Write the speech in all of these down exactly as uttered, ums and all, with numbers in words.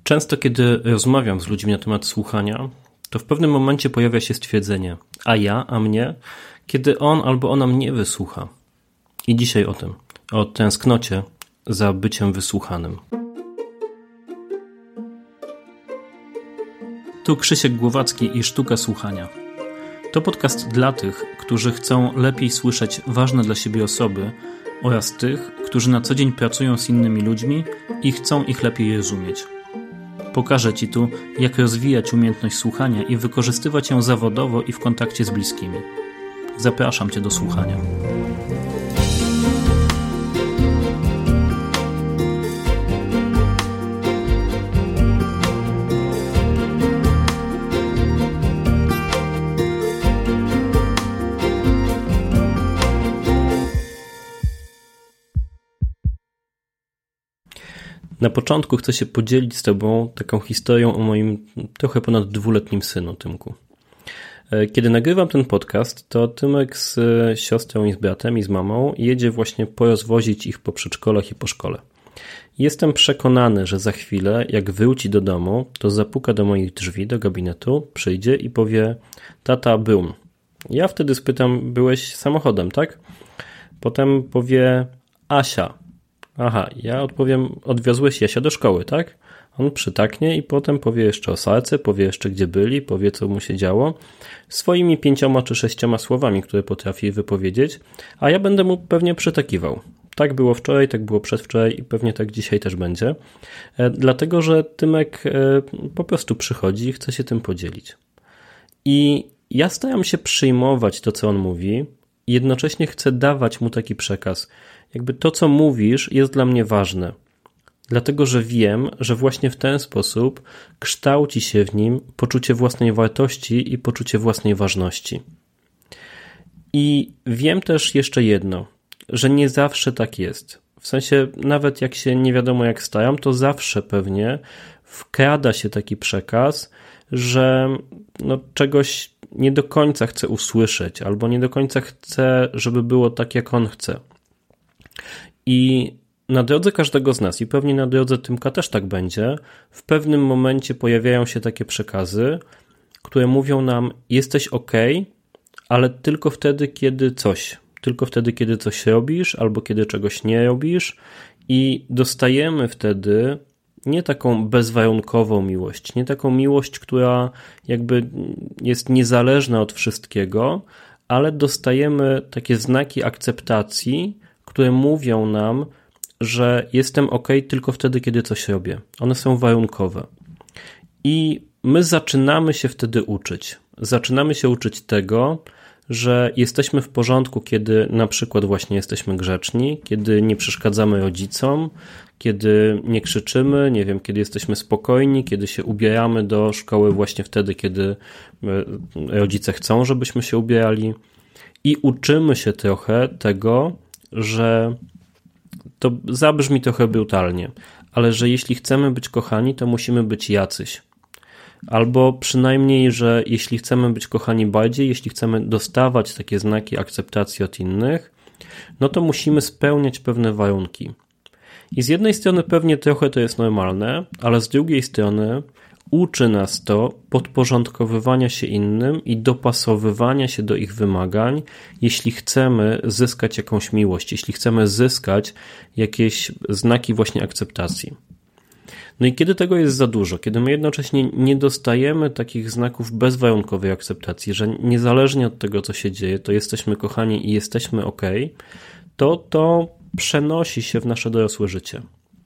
Często, kiedy rozmawiam z ludźmi na temat słuchania, to w pewnym momencie pojawia się stwierdzenie a ja, a mnie, kiedy on albo ona mnie wysłucha. I dzisiaj o tym, o tęsknocie za byciem wysłuchanym. Tu Krzysiek Głowacki i Sztuka Słuchania. To podcast dla tych, którzy chcą lepiej słyszeć ważne dla siebie osoby oraz tych, którzy na co dzień pracują z innymi ludźmi i chcą ich lepiej rozumieć. Pokażę Ci tu, jak rozwijać umiejętność słuchania i wykorzystywać ją zawodowo i w kontakcie z bliskimi. Zapraszam Cię do słuchania. Na początku chcę się podzielić z Tobą taką historią o moim trochę ponad dwuletnim synu, Tymku. Kiedy nagrywam ten podcast, to Tymek z siostrą i z bratem i z mamą jedzie właśnie porozwozić ich po przedszkolach i po szkole. Jestem przekonany, że za chwilę, jak wróci do domu, to zapuka do moich drzwi, do gabinetu, przyjdzie i powie: tata, byłem. Ja wtedy spytam: byłeś samochodem, tak? Potem powie: Asia. Aha, ja odpowiem: odwiozłeś Jasia do szkoły, tak? On przytaknie i potem powie jeszcze o salce, powie jeszcze gdzie byli, powie co mu się działo, swoimi pięcioma czy sześcioma słowami, które potrafi wypowiedzieć, a ja będę mu pewnie przytakiwał. Tak było wczoraj, tak było przedwczoraj i pewnie tak dzisiaj też będzie, e, dlatego że Tymek e, po prostu przychodzi i chce się tym podzielić. I ja staram się przyjmować to, co on mówi, i jednocześnie chcę dawać mu taki przekaz. Jakby to, co mówisz, jest dla mnie ważne. Dlatego, że wiem, że właśnie w ten sposób kształci się w nim poczucie własnej wartości i poczucie własnej ważności. I wiem też jeszcze jedno, że nie zawsze tak jest. W sensie, nawet jak się nie wiadomo jak staram, to zawsze pewnie wkrada się taki przekaz, że no, czegoś nie do końca chcę usłyszeć, albo nie do końca chcę, żeby było tak, jak on chce. I na drodze każdego z nas, i pewnie na drodze Tymka też tak będzie, w pewnym momencie pojawiają się takie przekazy, które mówią nam: jesteś okej, ale tylko wtedy, kiedy coś. Tylko wtedy, kiedy coś robisz, albo kiedy czegoś nie robisz, i dostajemy wtedy nie taką bezwarunkową miłość, nie taką miłość, która jakby jest niezależna od wszystkiego, ale dostajemy takie znaki akceptacji, które mówią nam, że jestem okej tylko wtedy, kiedy coś robię. One są warunkowe. I my zaczynamy się wtedy uczyć. Zaczynamy się uczyć tego, że jesteśmy w porządku, kiedy na przykład właśnie jesteśmy grzeczni, kiedy nie przeszkadzamy rodzicom, kiedy nie krzyczymy, nie wiem, kiedy jesteśmy spokojni, kiedy się ubieramy do szkoły właśnie wtedy, kiedy rodzice chcą, żebyśmy się ubierali. I uczymy się trochę tego, że to zabrzmi trochę brutalnie, ale że jeśli chcemy być kochani, to musimy być jacyś. Albo przynajmniej, że jeśli chcemy być kochani bardziej, jeśli chcemy dostawać takie znaki akceptacji od innych, no to musimy spełniać pewne warunki. I z jednej strony pewnie trochę to jest normalne, ale z drugiej strony uczy nas to podporządkowywania się innym i dopasowywania się do ich wymagań, jeśli chcemy zyskać jakąś miłość, jeśli chcemy zyskać jakieś znaki właśnie akceptacji. No i kiedy tego jest za dużo, kiedy my jednocześnie nie dostajemy takich znaków bezwarunkowej akceptacji, że niezależnie od tego, co się dzieje, to jesteśmy kochani i jesteśmy okej, to to przenosi się w nasze dorosłe życie.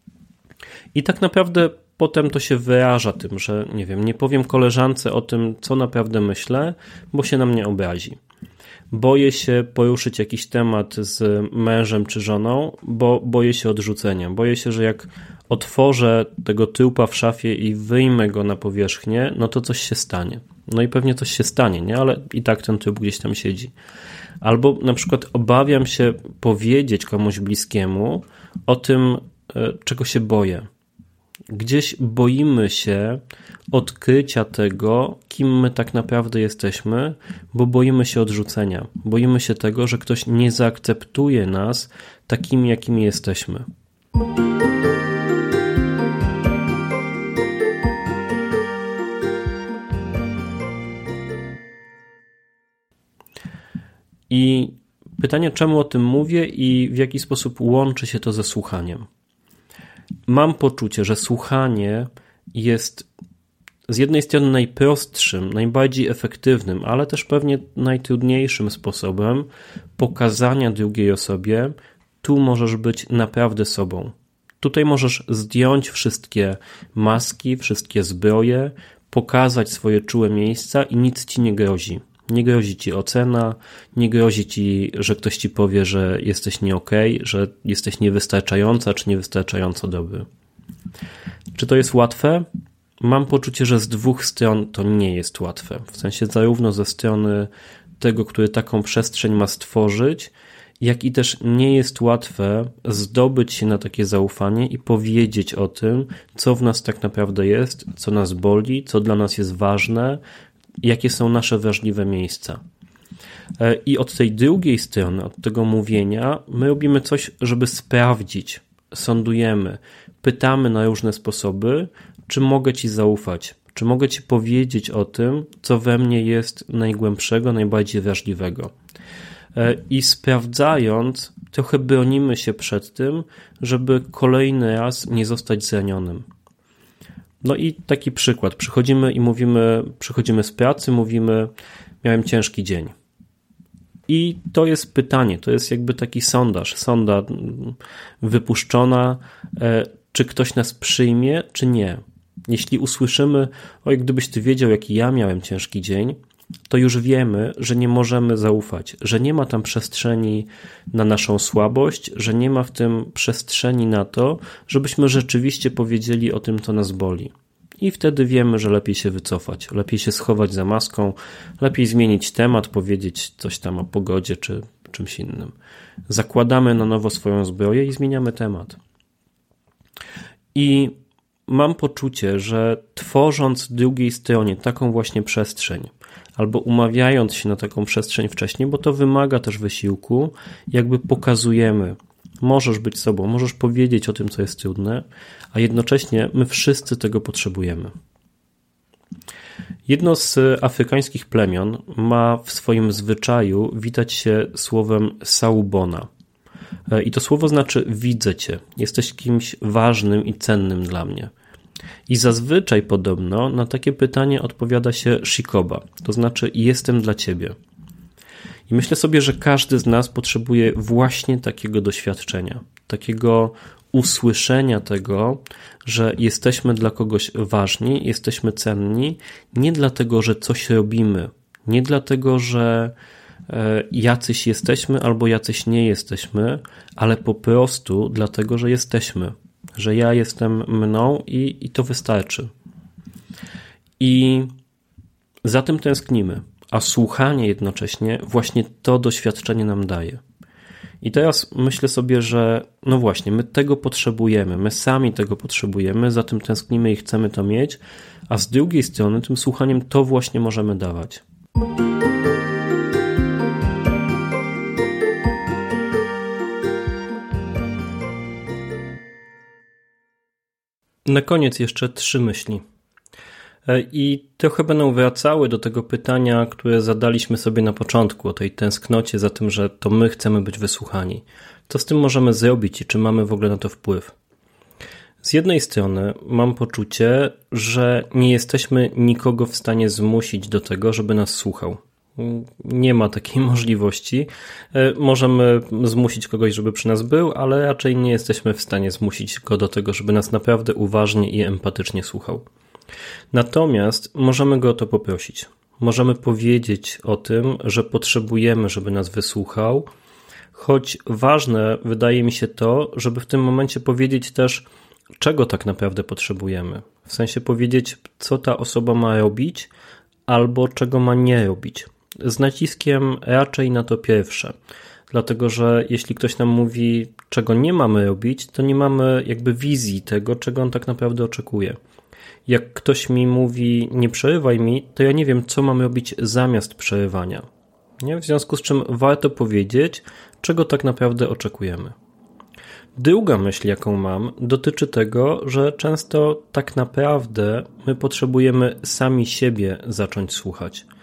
I tak naprawdę potem to się wyraża tym, że nie wiem, nie powiem koleżance o tym, co naprawdę myślę, bo się na mnie obrazi. Boję się poruszyć jakiś temat z mężem czy żoną, bo boję się odrzucenia. Boję się, że jak otworzę tego trupa w szafie i wyjmę go na powierzchnię, no to coś się stanie. No i pewnie coś się stanie, nie? Ale i tak ten trup gdzieś tam siedzi. Albo na przykład obawiam się powiedzieć komuś bliskiemu o tym, czego się boję. Gdzieś boimy się odkrycia tego, kim my tak naprawdę jesteśmy, bo boimy się odrzucenia. Boimy się tego, że ktoś nie zaakceptuje nas takimi, jakimi jesteśmy. I pytanie, czemu o tym mówię i w jaki sposób łączy się to ze słuchaniem. Mam poczucie, że słuchanie jest z jednej strony najprostszym, najbardziej efektywnym, ale też pewnie najtrudniejszym sposobem pokazania drugiej osobie, tu możesz być naprawdę sobą. Tutaj możesz zdjąć wszystkie maski, wszystkie zbroje, pokazać swoje czułe miejsca i nic ci nie grozi. Nie grozi ci ocena, nie grozi ci, że ktoś ci powie, że jesteś nie okej, że jesteś niewystarczająca czy niewystarczająco dobry. Czy to jest łatwe? Mam poczucie, że z dwóch stron to nie jest łatwe. W sensie zarówno ze strony tego, który taką przestrzeń ma stworzyć, jak i też nie jest łatwe zdobyć się na takie zaufanie i powiedzieć o tym, co w nas tak naprawdę jest, co nas boli, co dla nas jest ważne, jakie są nasze wrażliwe miejsca. I od tej drugiej strony, od tego mówienia, my robimy coś, żeby sprawdzić, sądujemy, pytamy na różne sposoby, czy mogę ci zaufać, czy mogę ci powiedzieć o tym, co we mnie jest najgłębszego, najbardziej wrażliwego. I sprawdzając, trochę bronimy się przed tym, żeby kolejny raz nie zostać zranionym. No i taki przykład. Przychodzimy i mówimy, przychodzimy z pracy, mówimy, miałem ciężki dzień. I to jest pytanie, to jest jakby taki sondaż, sonda wypuszczona, czy ktoś nas przyjmie, czy nie. Jeśli usłyszymy, oj, gdybyś ty wiedział, jaki ja miałem ciężki dzień, to już wiemy, że nie możemy zaufać, że nie ma tam przestrzeni na naszą słabość, że nie ma w tym przestrzeni na to, żebyśmy rzeczywiście powiedzieli o tym, co nas boli. I wtedy wiemy, że lepiej się wycofać, lepiej się schować za maską, lepiej zmienić temat, powiedzieć coś tam o pogodzie czy czymś innym. Zakładamy na nowo swoją zbroję i zmieniamy temat. I mam poczucie, że tworząc drugiej stronie taką właśnie przestrzeń, albo umawiając się na taką przestrzeń wcześniej, bo to wymaga też wysiłku, jakby pokazujemy, możesz być sobą, możesz powiedzieć o tym, co jest trudne, a jednocześnie my wszyscy tego potrzebujemy. Jedno z afrykańskich plemion ma w swoim zwyczaju witać się słowem saubona. I to słowo znaczy widzę cię, jesteś kimś ważnym i cennym dla mnie. I zazwyczaj podobno na takie pytanie odpowiada się shikoba, to znaczy jestem dla ciebie. I myślę sobie, że każdy z nas potrzebuje właśnie takiego doświadczenia, takiego usłyszenia tego, że jesteśmy dla kogoś ważni, jesteśmy cenni, nie dlatego, że coś robimy, nie dlatego, że jacyś jesteśmy albo jacyś nie jesteśmy, ale po prostu dlatego, że jesteśmy, że ja jestem mną i, i to wystarczy. I za tym tęsknimy, a słuchanie jednocześnie właśnie to doświadczenie nam daje. I teraz myślę sobie, że no właśnie, my tego potrzebujemy, my sami tego potrzebujemy, za tym tęsknimy i chcemy to mieć, a z drugiej strony tym słuchaniem to właśnie możemy dawać. Na koniec jeszcze trzy myśli. I trochę będą wracały do tego pytania, które zadaliśmy sobie na początku, o tej tęsknocie za tym, że to my chcemy być wysłuchani. Co z tym możemy zrobić i czy mamy w ogóle na to wpływ? Z jednej strony mam poczucie, że nie jesteśmy nikogo w stanie zmusić do tego, żeby nas słuchał. Nie ma takiej możliwości. Możemy zmusić kogoś, żeby przy nas był, ale raczej nie jesteśmy w stanie zmusić go do tego, żeby nas naprawdę uważnie i empatycznie słuchał. Natomiast możemy go o to poprosić. Możemy powiedzieć o tym, że potrzebujemy, żeby nas wysłuchał, choć ważne wydaje mi się to, żeby w tym momencie powiedzieć też, czego tak naprawdę potrzebujemy. W sensie powiedzieć, co ta osoba ma robić, albo czego ma nie robić. Z naciskiem raczej na to pierwsze. Dlatego, że jeśli ktoś nam mówi, czego nie mamy robić, to nie mamy jakby wizji tego, czego on tak naprawdę oczekuje. Jak ktoś mi mówi, nie przerywaj mi, to ja nie wiem, co mam robić zamiast przerywania. Nie? W związku z czym warto powiedzieć, czego tak naprawdę oczekujemy. Druga myśl, jaką mam, dotyczy tego, że często tak naprawdę my potrzebujemy sami siebie zacząć słuchać.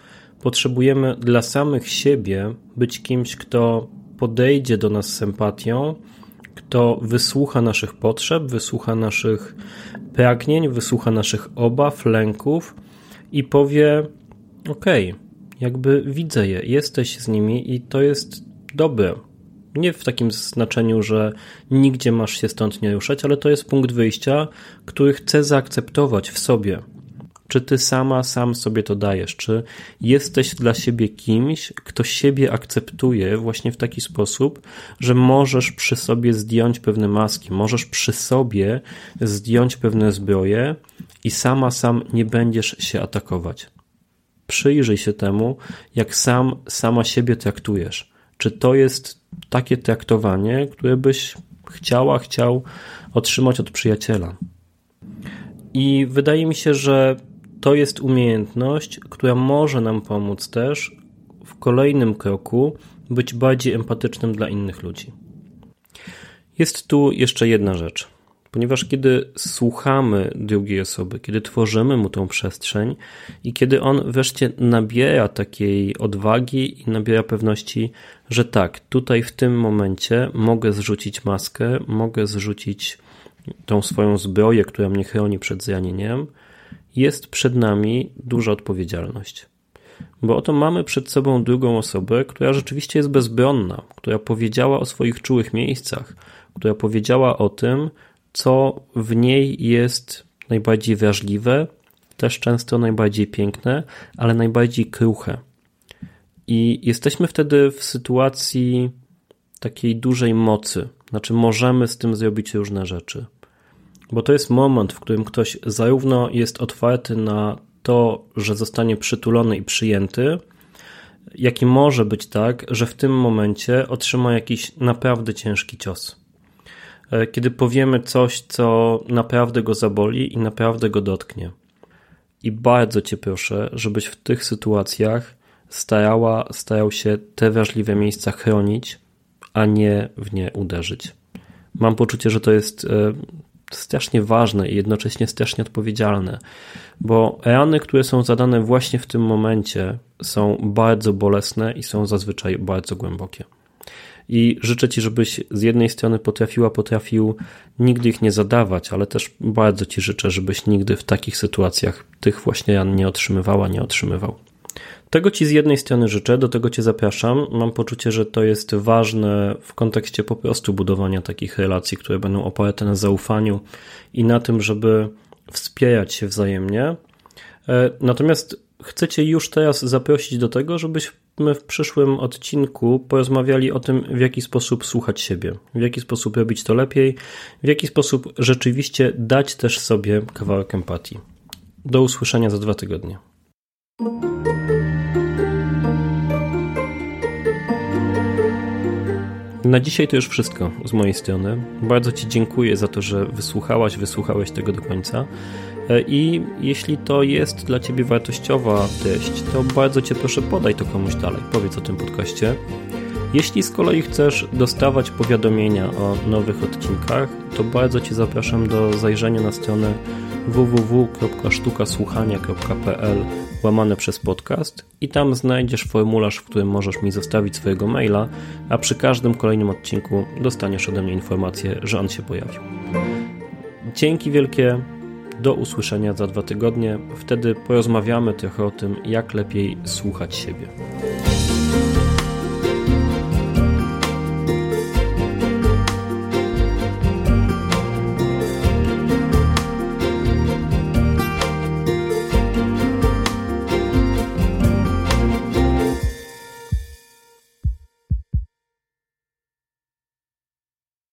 potrzebujemy dla samych siebie być kimś, kto podejdzie do nas z empatią, kto wysłucha naszych potrzeb, wysłucha naszych pragnień, wysłucha naszych obaw, lęków i powie: okej, jakby widzę je, jesteś z nimi i to jest dobre. Nie w takim znaczeniu, że nigdzie masz się stąd nie ruszać, ale to jest punkt wyjścia, który chcę zaakceptować w sobie. Czy ty sama, sam sobie to dajesz? Czy jesteś dla siebie kimś, kto siebie akceptuje właśnie w taki sposób, że możesz przy sobie zdjąć pewne maski, możesz przy sobie zdjąć pewne zbroje i sama, sam nie będziesz się atakować. Przyjrzyj się temu, jak sam, sama siebie traktujesz. Czy to jest takie traktowanie, które byś chciała, chciał otrzymać od przyjaciela? I wydaje mi się, że to jest umiejętność, która może nam pomóc też w kolejnym kroku być bardziej empatycznym dla innych ludzi. Jest tu jeszcze jedna rzecz. Ponieważ kiedy słuchamy drugiej osoby, kiedy tworzymy mu tą przestrzeń i kiedy on wreszcie nabiera takiej odwagi i nabiera pewności, że tak, tutaj w tym momencie mogę zrzucić maskę, mogę zrzucić tą swoją zbroję, która mnie chroni przed zranieniem, jest przed nami duża odpowiedzialność. Bo oto mamy przed sobą drugą osobę, która rzeczywiście jest bezbronna, która powiedziała o swoich czułych miejscach, która powiedziała o tym, co w niej jest najbardziej wrażliwe, też często najbardziej piękne, ale najbardziej kruche. I jesteśmy wtedy w sytuacji takiej dużej mocy, znaczy możemy z tym zrobić różne rzeczy. Bo to jest moment, w którym ktoś zarówno jest otwarty na to, że zostanie przytulony i przyjęty, jak i może być tak, że w tym momencie otrzyma jakiś naprawdę ciężki cios. Kiedy powiemy coś, co naprawdę go zaboli i naprawdę go dotknie. I bardzo cię proszę, żebyś w tych sytuacjach starała, starał się te wrażliwe miejsca chronić, a nie w nie uderzyć. Mam poczucie, że to jest strasznie ważne i jednocześnie strasznie odpowiedzialne, bo rany, które są zadane właśnie w tym momencie, są bardzo bolesne i są zazwyczaj bardzo głębokie. I życzę ci, żebyś z jednej strony potrafiła, potrafił nigdy ich nie zadawać, ale też bardzo ci życzę, żebyś nigdy w takich sytuacjach tych właśnie ran nie otrzymywała, nie otrzymywał. Tego ci z jednej strony życzę, do tego cię zapraszam. Mam poczucie, że to jest ważne w kontekście po prostu budowania takich relacji, które będą oparte na zaufaniu i na tym, żeby wspierać się wzajemnie. Natomiast chcę cię już teraz zaprosić do tego, żebyśmy w przyszłym odcinku porozmawiali o tym, w jaki sposób słuchać siebie, w jaki sposób robić to lepiej, w jaki sposób rzeczywiście dać też sobie kawałek empatii. Do usłyszenia za dwa tygodnie. Na dzisiaj to już wszystko z mojej strony. Bardzo ci dziękuję za to, że wysłuchałaś, wysłuchałeś tego do końca. I jeśli to jest dla ciebie wartościowa treść, to bardzo cię proszę, podaj to komuś dalej. Powiedz o tym podcaście. Jeśli z kolei chcesz dostawać powiadomienia o nowych odcinkach, to bardzo cię zapraszam do zajrzenia na stronę w w w kropka sztuka słuchania kropka p l łamane przez podcast i tam znajdziesz formularz, w którym możesz mi zostawić swojego maila, a przy każdym kolejnym odcinku dostaniesz ode mnie informację, że on się pojawił. Dzięki wielkie, do usłyszenia za dwa tygodnie. Wtedy porozmawiamy trochę o tym, jak lepiej słuchać siebie.